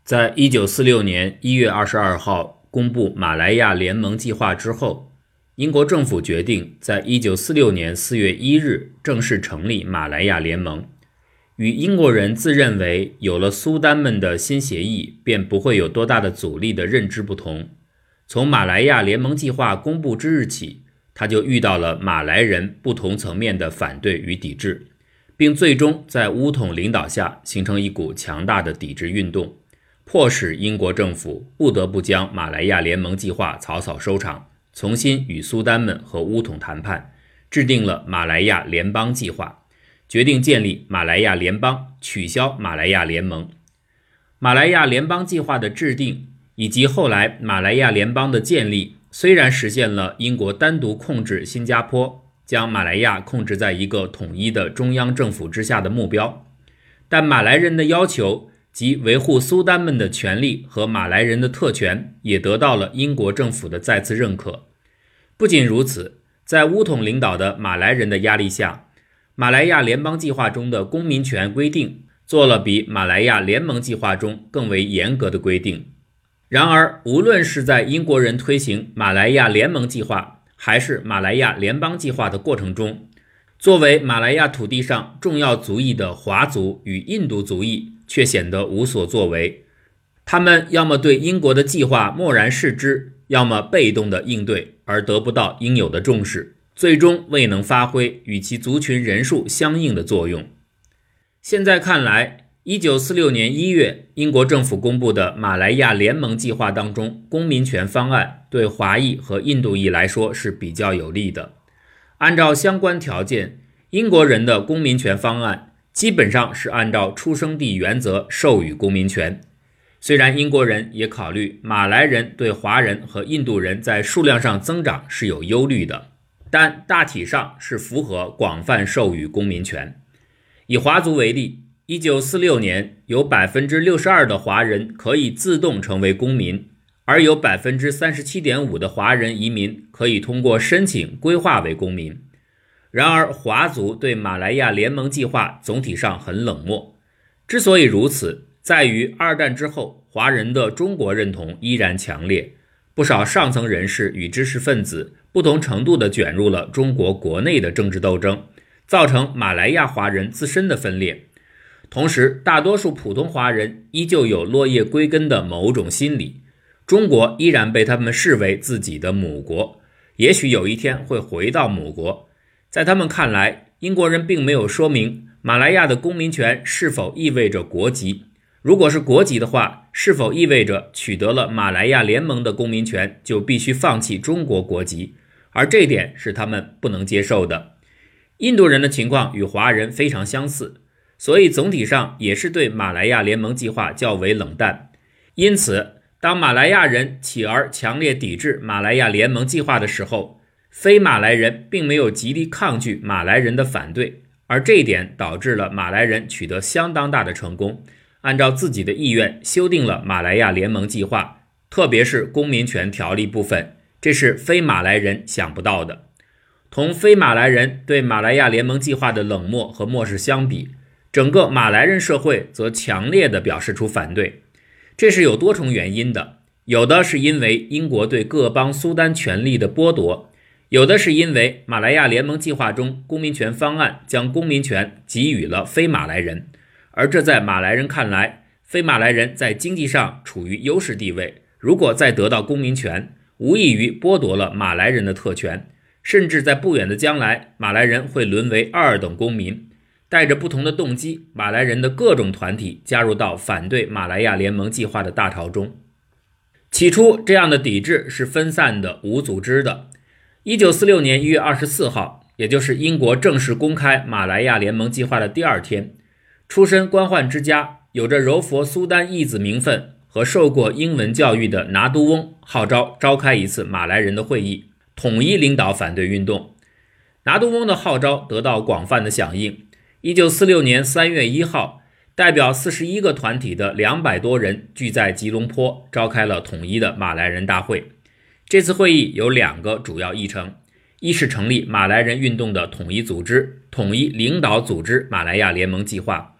在1946年1月22号公布马来亚联盟计划之后，英国政府决定在1946年4月1日正式成立马来亚联盟。与英国人自认为有了苏丹们的新协议便不会有多大的阻力的认知不同，从马来亚联盟计划公布之日起，他就遇到了马来人不同层面的反对与抵制，并最终在巫统领导下形成一股强大的抵制运动，迫使英国政府不得不将马来亚联盟计划草草收场，重新与苏丹们和巫统谈判，制定了马来亚联邦计划，决定建立马来亚联邦，取消马来亚联盟。马来亚联邦计划的制定以及后来马来亚联邦的建立，虽然实现了英国单独控制新加坡，将马来亚控制在一个统一的中央政府之下的目标，但马来人的要求及维护苏丹们的权利和马来人的特权也得到了英国政府的再次认可。不仅如此，在巫统领导的马来人的压力下，马来亚联邦计划中的公民权规定做了比马来亚联盟计划中更为严格的规定。然而，无论是在英国人推行马来亚联盟计划还是马来亚联邦计划的过程中，作为马来亚土地上重要族裔的华族与印度族裔却显得无所作为。他们要么对英国的计划漠然视之，要么被动的应对，而得不到应有的重视，最终未能发挥与其族群人数相应的作用。现在看来，1946年1月英国政府公布的马来亚联盟计划当中，公民权方案对华裔和印度裔来说是比较有利的。按照相关条件，英国人的公民权方案基本上是按照出生地原则授予公民权。虽然英国人也考虑马来人对华人和印度人在数量上增长是有忧虑的，但大体上是符合广泛授予公民权。以华族为例，1946年有 62% 的华人可以自动成为公民，而有 37.5% 的华人移民可以通过申请规划为公民。然而华族对马来亚联盟计划总体上很冷漠，之所以如此，在于二战之后华人的中国认同依然强烈，不少上层人士与知识分子不同程度地卷入了中国国内的政治斗争，造成马来亚华人自身的分裂。同时，大多数普通华人依旧有落叶归根的某种心理，中国依然被他们视为自己的母国，也许有一天会回到母国。在他们看来，英国人并没有说明马来亚的公民权是否意味着国籍，如果是国籍的话，是否意味着取得了马来亚联盟的公民权就必须放弃中国国籍，而这点是他们不能接受的。印度人的情况与华人非常相似，所以总体上也是对马来亚联盟计划较为冷淡。因此，当马来亚人起而强烈抵制马来亚联盟计划的时候，非马来人并没有极力抗拒马来人的反对，而这一点导致了马来人取得相当大的成功，按照自己的意愿修订了马来亚联盟计划，特别是公民权条例部分，这是非马来人想不到的。同非马来人对马来亚联盟计划的冷漠和漠视相比，整个马来人社会则强烈地表示出反对。这是有多重原因的，有的是因为英国对各邦苏丹权力的剥夺，有的是因为马来亚联盟计划中公民权方案将公民权给予了非马来人，而这在马来人看来，非马来人在经济上处于优势地位，如果再得到公民权，无异于剥夺了马来人的特权，甚至在不远的将来，马来人会沦为二等公民。带着不同的动机，马来人的各种团体加入到反对马来亚联盟计划的大潮中。起初，这样的抵制是分散的、无组织的。1946年1月24号，也就是英国正式公开马来亚联盟计划的第二天，出身官宦之家、有着柔佛苏丹裔子名分和受过英文教育的拿督翁号召召开一次马来人的会议，统一领导反对运动。拿督翁的号召得到广泛的响应。1946年3月1号，代表41个团体的200多人聚在吉隆坡，召开了统一的马来人大会。这次会议有2个主要议程，一是成立马来人运动的统一组织，统一领导组织马来亚联盟计划；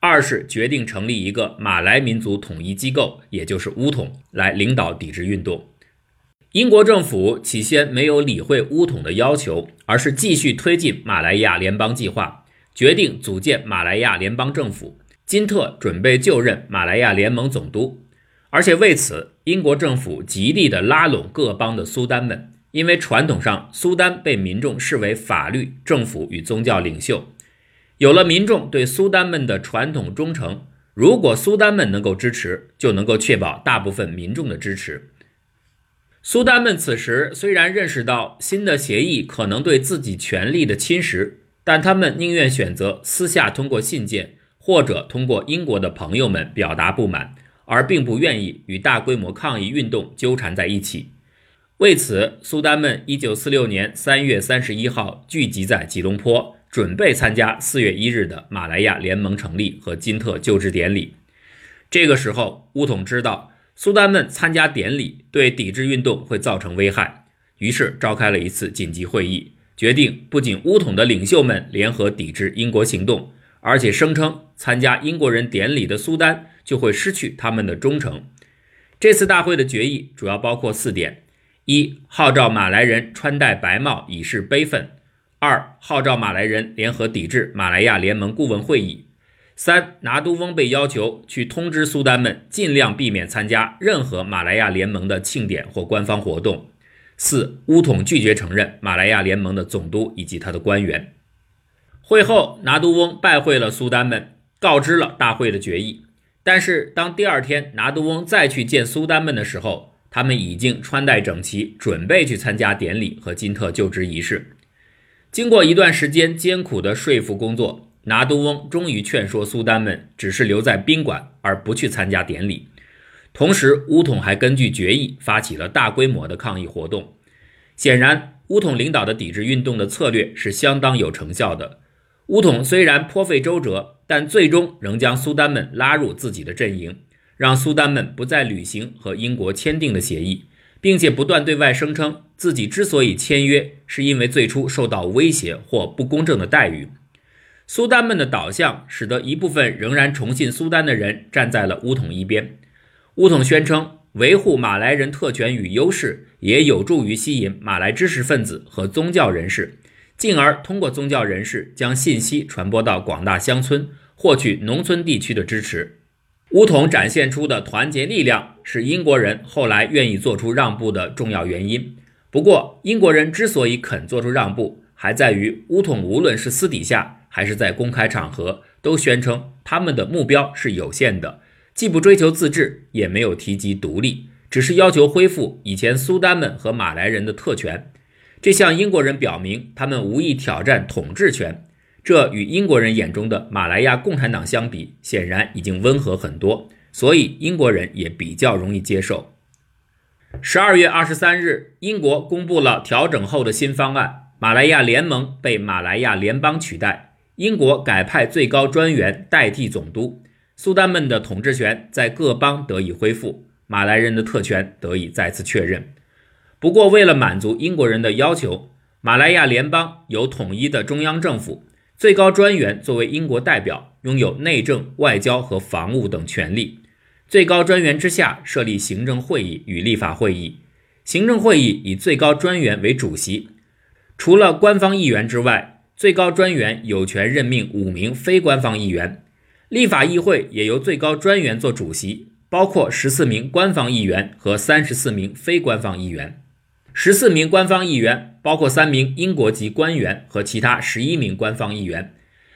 二是决定成立一个马来民族统一机构，也就是巫统，来领导抵制运动。英国政府起先没有理会巫统的要求，而是继续推进马来亚联邦计划，决定组建马来亚联邦政府。金特准备就任马来亚联盟总督，而且为此，英国政府极力地拉拢各邦的苏丹们，因为传统上苏丹被民众视为法律、政府与宗教领袖。有了民众对苏丹们的传统忠诚，如果苏丹们能够支持，就能够确保大部分民众的支持。苏丹们此时虽然认识到新的协议可能对自己权力的侵蚀，但他们宁愿选择私下通过信件或者通过英国的朋友们表达不满，而并不愿意与大规模抗议运动纠缠在一起。为此，苏丹们1946年3月31号聚集在吉隆坡，准备参加4月1日的马来亚联盟成立和金特就职典礼。这个时候，巫统知道苏丹们参加典礼对抵制运动会造成危害，于是召开了一次紧急会议，决定不仅巫统的领袖们联合抵制英国行动，而且声称参加英国人典礼的苏丹就会失去他们的忠诚。这次大会的决议主要包括4点：一、号召马来人穿戴白帽以示悲愤；二、号召马来人联合抵制马来亚联盟顾问会议；三、拿督翁被要求去通知苏丹们尽量避免参加任何马来亚联盟的庆典或官方活动；四、巫统拒绝承认马来亚联盟的总督以及他的官员。会后，拿督翁拜会了苏丹们，告知了大会的决议。但是当第二天拿督翁再去见苏丹们的时候，他们已经穿戴整齐，准备去参加典礼和金特就职仪式。经过一段时间艰苦的说服工作，拿督翁终于劝说苏丹们只是留在宾馆，而不去参加典礼。同时，巫统还根据决议发起了大规模的抗议活动。显然，巫统领导的抵制运动的策略是相当有成效的。巫统虽然颇费周折，但最终仍将苏丹们拉入自己的阵营，让苏丹们不再履行和英国签订的协议，并且不断对外声称自己之所以签约，是因为最初受到威胁或不公正的待遇。苏丹们的导向使得一部分仍然崇信苏丹的人站在了巫统一边。巫统宣称，维护马来人特权与优势也有助于吸引马来知识分子和宗教人士，进而通过宗教人士将信息传播到广大乡村，获取农村地区的支持。巫统展现出的团结力量是英国人后来愿意做出让步的重要原因。不过，英国人之所以肯做出让步，还在于巫统无论是私底下还是在公开场合，都宣称他们的目标是有限的，既不追求自治，也没有提及独立，只是要求恢复以前苏丹们和马来人的特权。这向英国人表明他们无意挑战统治权，这与英国人眼中的马来亚共产党相比，显然已经温和很多，所以英国人也比较容易接受。12月23日，英国公布了调整后的新方案，马来亚联盟被马来亚联邦取代，英国改派最高专员代替总督，苏丹们的统治权在各邦得以恢复，马来人的特权得以再次确认。不过，为了满足英国人的要求，马来亚联邦有统一的中央政府，最高专员作为英国代表，拥有内政、外交和防务等权利。最高专员之下设立行政会议与立法会议，行政会议以最高专员为主席。除了官方议员之外，最高专员有权任命5名非官方议员。立法议会也由最高专员做主席，包括14名官方议员和34名非官方议员。14名官方议员包括3名英国籍官员和其他11名官方议员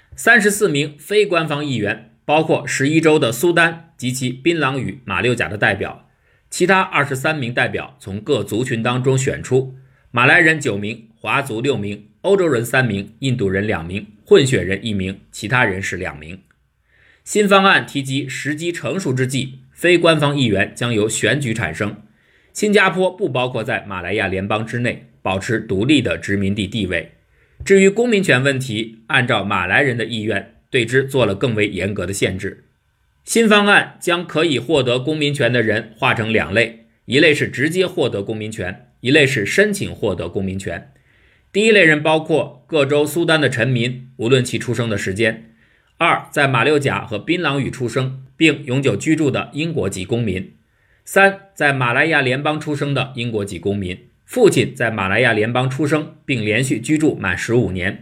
，34名非官方议员包括11州的苏丹及其槟榔语马六甲的代表，其他23名代表从各族群当中选出，马来人9名，华族6名，欧洲人3名，印度人2名，混血人1名，其他人士2名。新方案提及时机成熟之际，非官方议员将由选举产生。新加坡不包括在马来亚联邦之内，保持独立的殖民地地位。至于公民权问题，按照马来人的意愿，对之做了更为严格的限制。新方案将可以获得公民权的人划成2类，一类是直接获得公民权，一类是申请获得公民权。第一类人包括各州苏丹的臣民，无论其出生的时间； 2在马六甲和槟榔屿出生并永久居住的英国籍公民；3在马来亚联邦出生的英国籍公民，父亲在马来亚联邦出生并连续居住满15年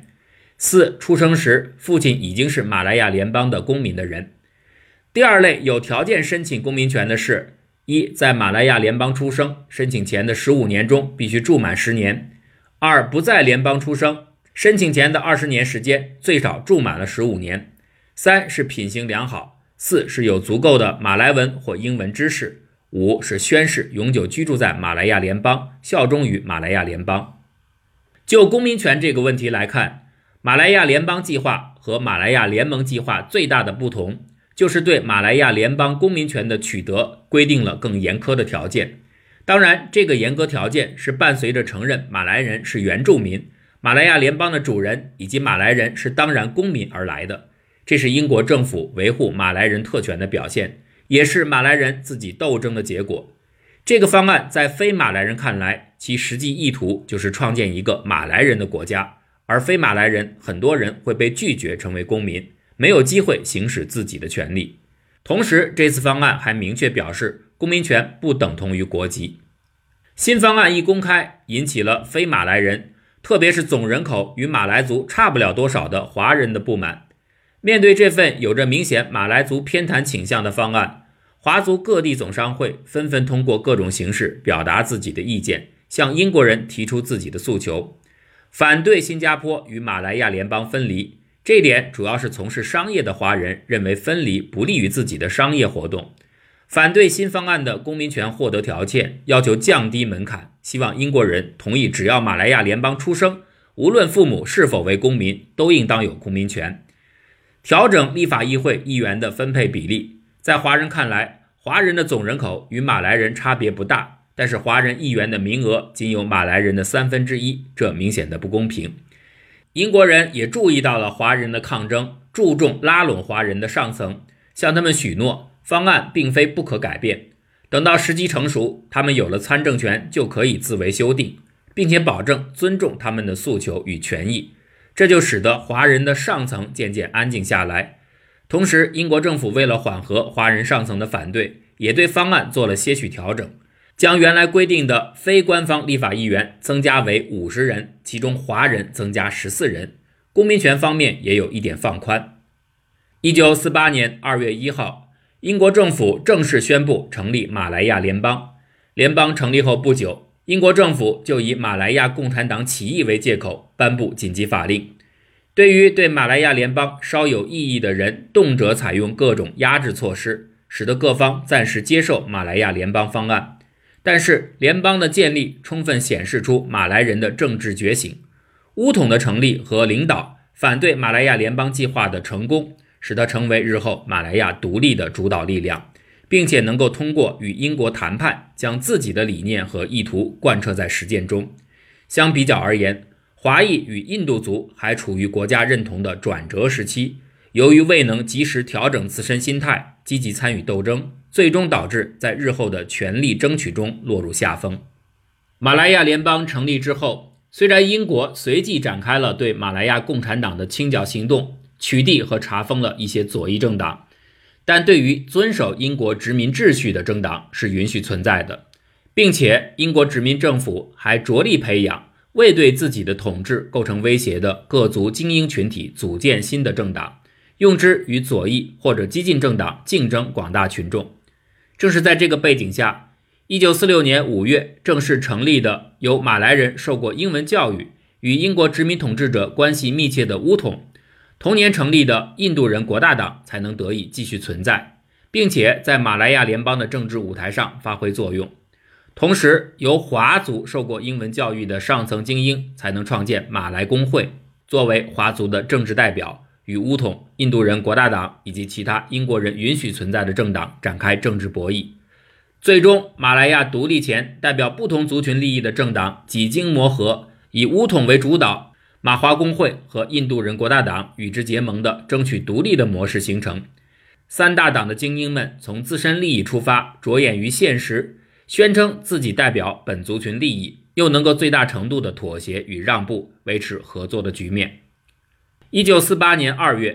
；4出生时父亲已经是马来亚联邦的公民的人。第二类有条件申请公民权的是：1在马来亚联邦出生，申请前的15年中必须住满10年；2不在联邦出生，申请前的20年时间最少住满了15年；3是品行良好；4是有足够的马来文或英文知识；5是宣誓永久居住在马来亚联邦，效忠于马来亚联邦。就公民权这个问题来看，马来亚联邦计划和马来亚联盟计划最大的不同就是对马来亚联邦公民权的取得规定了更严苛的条件。当然，这个严格条件是伴随着承认马来人是原住民，马来亚联邦的主人以及马来人是当然公民而来的。这是英国政府维护马来人特权的表现，也是马来人自己斗争的结果。这个方案在非马来人看来，其实际意图就是创建一个马来人的国家，而非马来人很多人会被拒绝成为公民，没有机会行使自己的权利。同时，这次方案还明确表示，公民权不等同于国籍。新方案一公开，引起了非马来人，特别是总人口与马来族差不了多少的华人的不满。面对这份有着明显马来族偏袒倾向的方案，华族各地总商会纷纷通过各种形式表达自己的意见，向英国人提出自己的诉求，反对新加坡与马来亚联邦分离。这一点主要是从事商业的华人认为分离不利于自己的商业活动，反对新方案的公民权获得条件，要求降低门槛，希望英国人同意只要马来亚联邦出生，无论父母是否为公民，都应当有公民权。调整立法议会议员的分配比例，在华人看来，华人的总人口与马来人差别不大，但是华人议员的名额仅有马来人的1/3，这明显的不公平。英国人也注意到了华人的抗争，注重拉拢华人的上层，向他们许诺方案并非不可改变，等到时机成熟，他们有了参政权就可以自为修订，并且保证尊重他们的诉求与权益。这就使得华人的上层渐渐安静下来。同时，英国政府为了缓和华人上层的反对，也对方案做了些许调整，将原来规定的非官方立法议员增加为50人，其中华人增加14人。公民权方面也有一点放宽。1948年2月1号，英国政府正式宣布成立马来亚联邦。联邦成立后不久，英国政府就以马来亚共产党起义为借口，颁布紧急法令。对于对马来亚联邦稍有异议的人，动辄采用各种压制措施，使得各方暂时接受马来亚联邦方案。但是联邦的建立充分显示出马来人的政治觉醒，巫统的成立和领导反对马来亚联邦计划的成功，使它成为日后马来亚独立的主导力量，并且能够通过与英国谈判，将自己的理念和意图贯彻在实践中。相比较而言，华裔与印度族还处于国家认同的转折时期，由于未能及时调整自身心态，积极参与斗争，最终导致在日后的权力争取中落入下风。马来亚联邦成立之后，虽然英国随即展开了对马来亚共产党的清剿行动，取缔和查封了一些左翼政党，但对于遵守英国殖民秩序的政党是允许存在的，并且英国殖民政府还着力培养未对自己的统治构成威胁的各族精英群体，组建新的政党，用之与左翼或者激进政党竞争广大群众。正是在这个背景下，1946年5月正式成立的由马来人受过英文教育、与英国殖民统治者关系密切的巫统，同年成立的印度人国大党才能得以继续存在，并且在马来亚联邦的政治舞台上发挥作用。同时，由华族受过英文教育的上层精英才能创建马来工会，作为华族的政治代表，与巫统、印度人国大党以及其他英国人允许存在的政党展开政治博弈。最终，马来亚独立前代表不同族群利益的政党几经磨合，以巫统为主导，马华工会和印度人国大党与之结盟的争取独立的模式形成。三大党的精英们从自身利益出发，着眼于现实，宣称自己代表本族群利益，又能够最大程度的妥协与让步，维持合作的局面。1948年2月，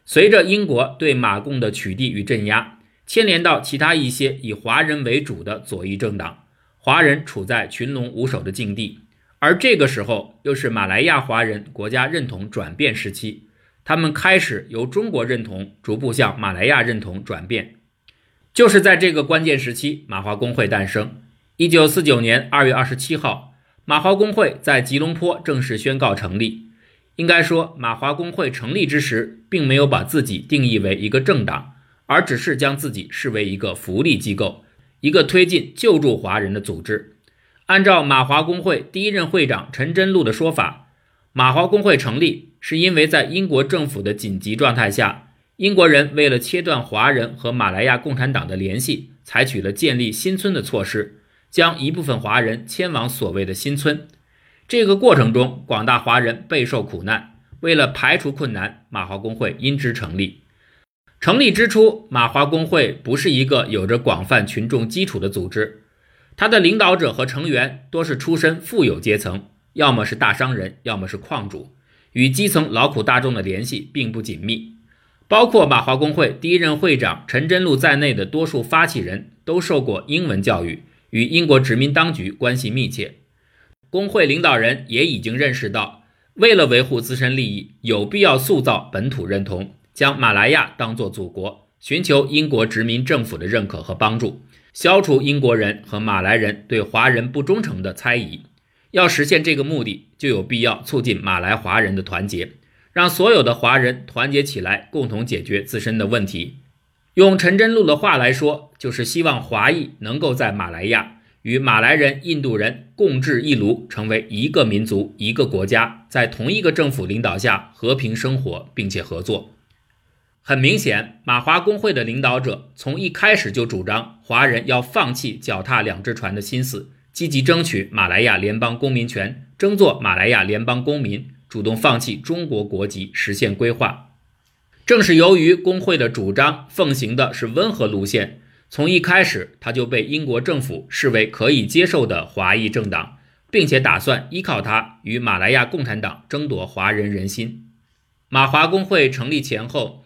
随着英国对马共的取缔与镇压，牵连到其他一些以华人为主的左翼政党，华人处在群龙无首的境地。而这个时候又是马来亚华人国家认同转变时期，他们开始由中国认同逐步向马来亚认同转变。就是在这个关键时期，马华工会诞生。1949年2月27号，马华工会在吉隆坡正式宣告成立。应该说，马华工会成立之时，并没有把自己定义为一个政党，而只是将自己视为一个福利机构，一个推进救助华人的组织。按照马华工会第一任会长陈真禄的说法，马华工会成立是因为在英国政府的紧急状态下，英国人为了切断华人和马来亚共产党的联系，采取了建立新村的措施，将一部分华人迁往所谓的新村。这个过程中，广大华人备受苦难，为了排除困难，马华工会因之成立。成立之初，马华工会不是一个有着广泛群众基础的组织，它的领导者和成员多是出身富有阶层，要么是大商人，要么是矿主，与基层劳苦大众的联系并不紧密。包括马华工会第一任会长陈真禄在内的多数发起人都受过英文教育，与英国殖民当局关系密切。工会领导人也已经认识到，为了维护自身利益，有必要塑造本土认同，将马来亚当作祖国，寻求英国殖民政府的认可和帮助，消除英国人和马来人对华人不忠诚的猜疑。要实现这个目的，就有必要促进马来华人的团结，让所有的华人团结起来，共同解决自身的问题。用陈真禄的话来说，就是希望华裔能够在马来亚与马来人、印度人共治一炉，成为一个民族、一个国家，在同一个政府领导下和平生活并且合作。很明显，马华工会的领导者从一开始就主张华人要放弃脚踏两只船的心思，积极争取马来亚联邦公民权，争做马来亚联邦公民，主动放弃中国国籍，实现归化。正是由于工会的主张奉行的是温和路线，从一开始他就被英国政府视为可以接受的华裔政党，并且打算依靠它与马来亚共产党争夺华人人心。马华工会成立前后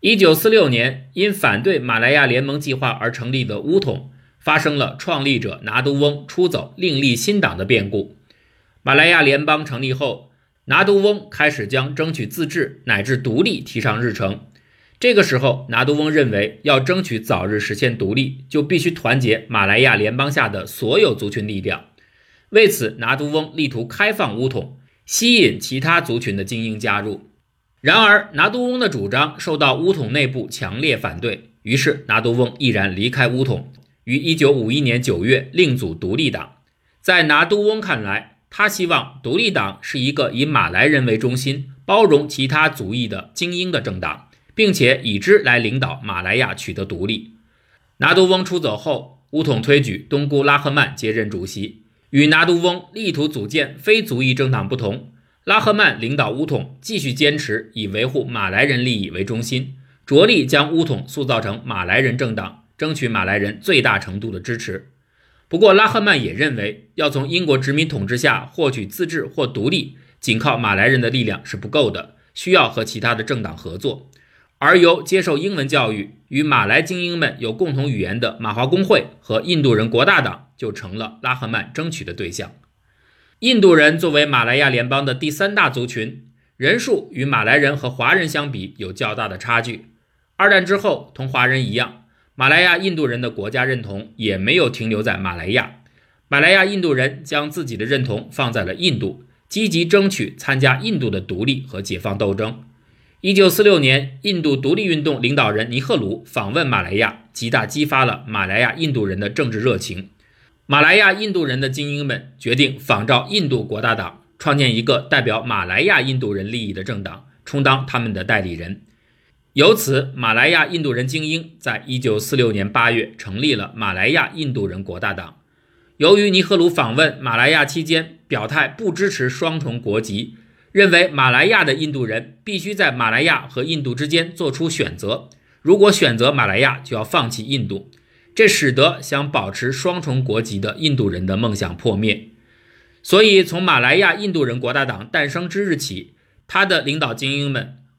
，1946年因反对马来亚联盟计划而成立的巫统发生了创立者拿督翁出走另立新党的变故。马来亚联邦成立后，拿督翁开始将争取自治乃至独立提上日程。这个时候，拿督翁认为要争取早日实现独立，就必须团结马来亚联邦下的所有族群力量。为此，拿督翁力图开放巫统，吸引其他族群的精英加入。然而，拿督翁的主张受到巫统内部强烈反对，于是拿督翁毅然离开巫统，于1951年9月另组独立党。在拿督翁看来，他希望独立党是一个以马来人为中心，包容其他族裔的精英的政党，并且以之来领导马来亚取得独立。拿督翁出走后，巫统推举东姑拉赫曼接任主席。与拿督翁力图组建非族裔政党不同，拉赫曼领导巫统继续坚持以维护马来人利益为中心，着力将巫统塑造成马来人政党，争取马来人最大程度的支持。不过拉赫曼也认为，要从英国殖民统治下获取自治或独立，仅靠马来人的力量是不够的，需要和其他的政党合作。而由接受英文教育、与马来精英们有共同语言的马华工会和印度人国大党就成了拉赫曼争取的对象。印度人作为马来亚联邦的第三大族群，人数与马来人和华人相比有较大的差距。二战之后，同华人一样，马来亚印度人的国家认同也没有停留在马来亚。马来亚印度人将自己的认同放在了印度，积极争取参加印度的独立和解放斗争。1946年，印度独立运动领导人尼赫鲁访问马来亚，极大激发了马来亚印度人的政治热情。马来亚印度人的精英们决定仿照印度国大党，创建一个代表马来亚印度人利益的政党，充当他们的代理人。由此，马来亚印度人精英在1946年8月成立了马来亚印度人国大党。由于尼赫鲁访问马来亚期间表态不支持双重国籍，认为马来亚的印度人必须在马来亚和印度之间做出选择，如果选择马来亚就要放弃印度，这使得想保持双重国籍的印度人的梦想破灭。所以从马来亚印度人国大党诞生之日起，他的领导精英们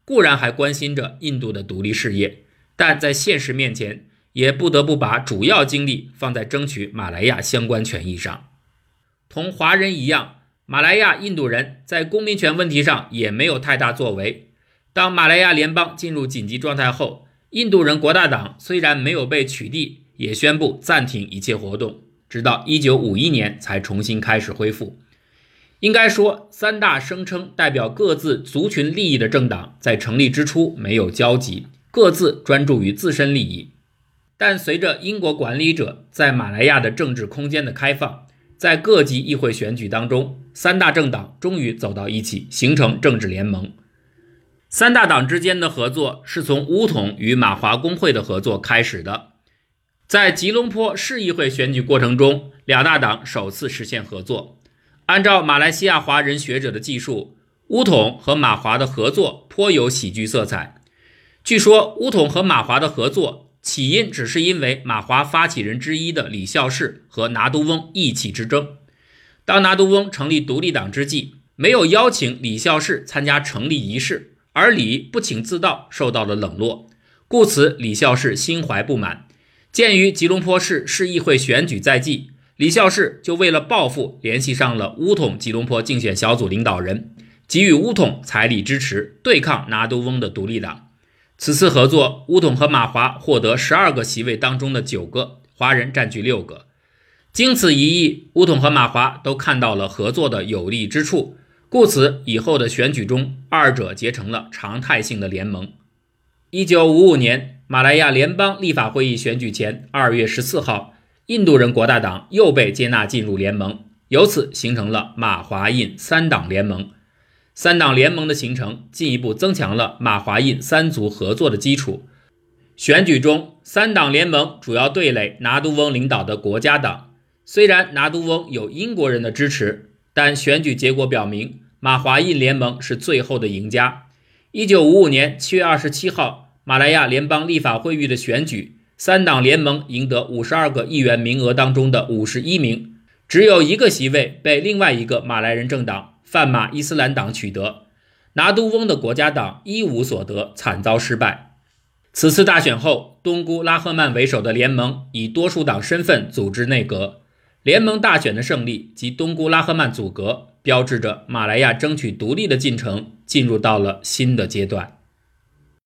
固然还关心着印度的独立事业，但在现实面前，也不得不把主要精力放在争取马来亚相关权益上。同华人一样，马来亚印度人在公民权问题上也没有太大作为。当马来亚联邦进入紧急状态后，印度人国大党虽然没有被取缔，也宣布暂停一切活动，直到1951年才重新开始恢复。应该说，三大声称代表各自族群利益的政党在成立之初没有交集，各自专注于自身利益。但随着英国管理者在马来亚的政治空间的开放，在各级议会选举当中，三大政党终于走到一起，形成政治联盟。三大党之间的合作是从巫统与马华工会的合作开始的。在吉隆坡市议会选举过程中，两大党首次实现合作。按照马来西亚华人学者的记述，巫统和马华的合作颇有喜剧色彩。据说巫统和马华的合作起因只是因为马华发起人之一的李孝士和拿督翁意气之争。当拿督翁成立独立党之际，没有邀请李孝士参加成立仪式，而李不请自到，受到了冷落，故此李孝士心怀不满。鉴于吉隆坡市市议会选举在即，李孝士就为了报复联系上了巫统吉隆坡竞选小组领导人，给予巫统彩礼支持，对抗拿督翁的独立党。此次合作，巫统和马华获得12个席位当中的9个，华人占据6个。经此一役，巫统和马华都看到了合作的有利之处，故此以后的选举中，二者结成了常态性的联盟。1955年，马来亚联邦立法会议选举前2月14号，印度人国大党又被接纳进入联盟，由此形成了马华印三党联盟。三党联盟的形成进一步增强了马华印三族合作的基础。选举中，三党联盟主要对垒拿督翁领导的国家党。虽然拿督翁有英国人的支持，但选举结果表明马华印联盟是最后的赢家。1955年7月27号，马来亚联邦立法会议的选举，三党联盟赢得52个议员名额当中的51名，只有1个席位被另外一个马来人政党泛马伊斯兰党取得，拿督翁的国家党一无所得，惨遭失败。此次大选后，东姑拉赫曼为首的联盟以多数党身份组织内阁。联盟大选的胜利及东姑拉赫曼组阁，标志着马来亚争取独立的进程进入到了新的阶段。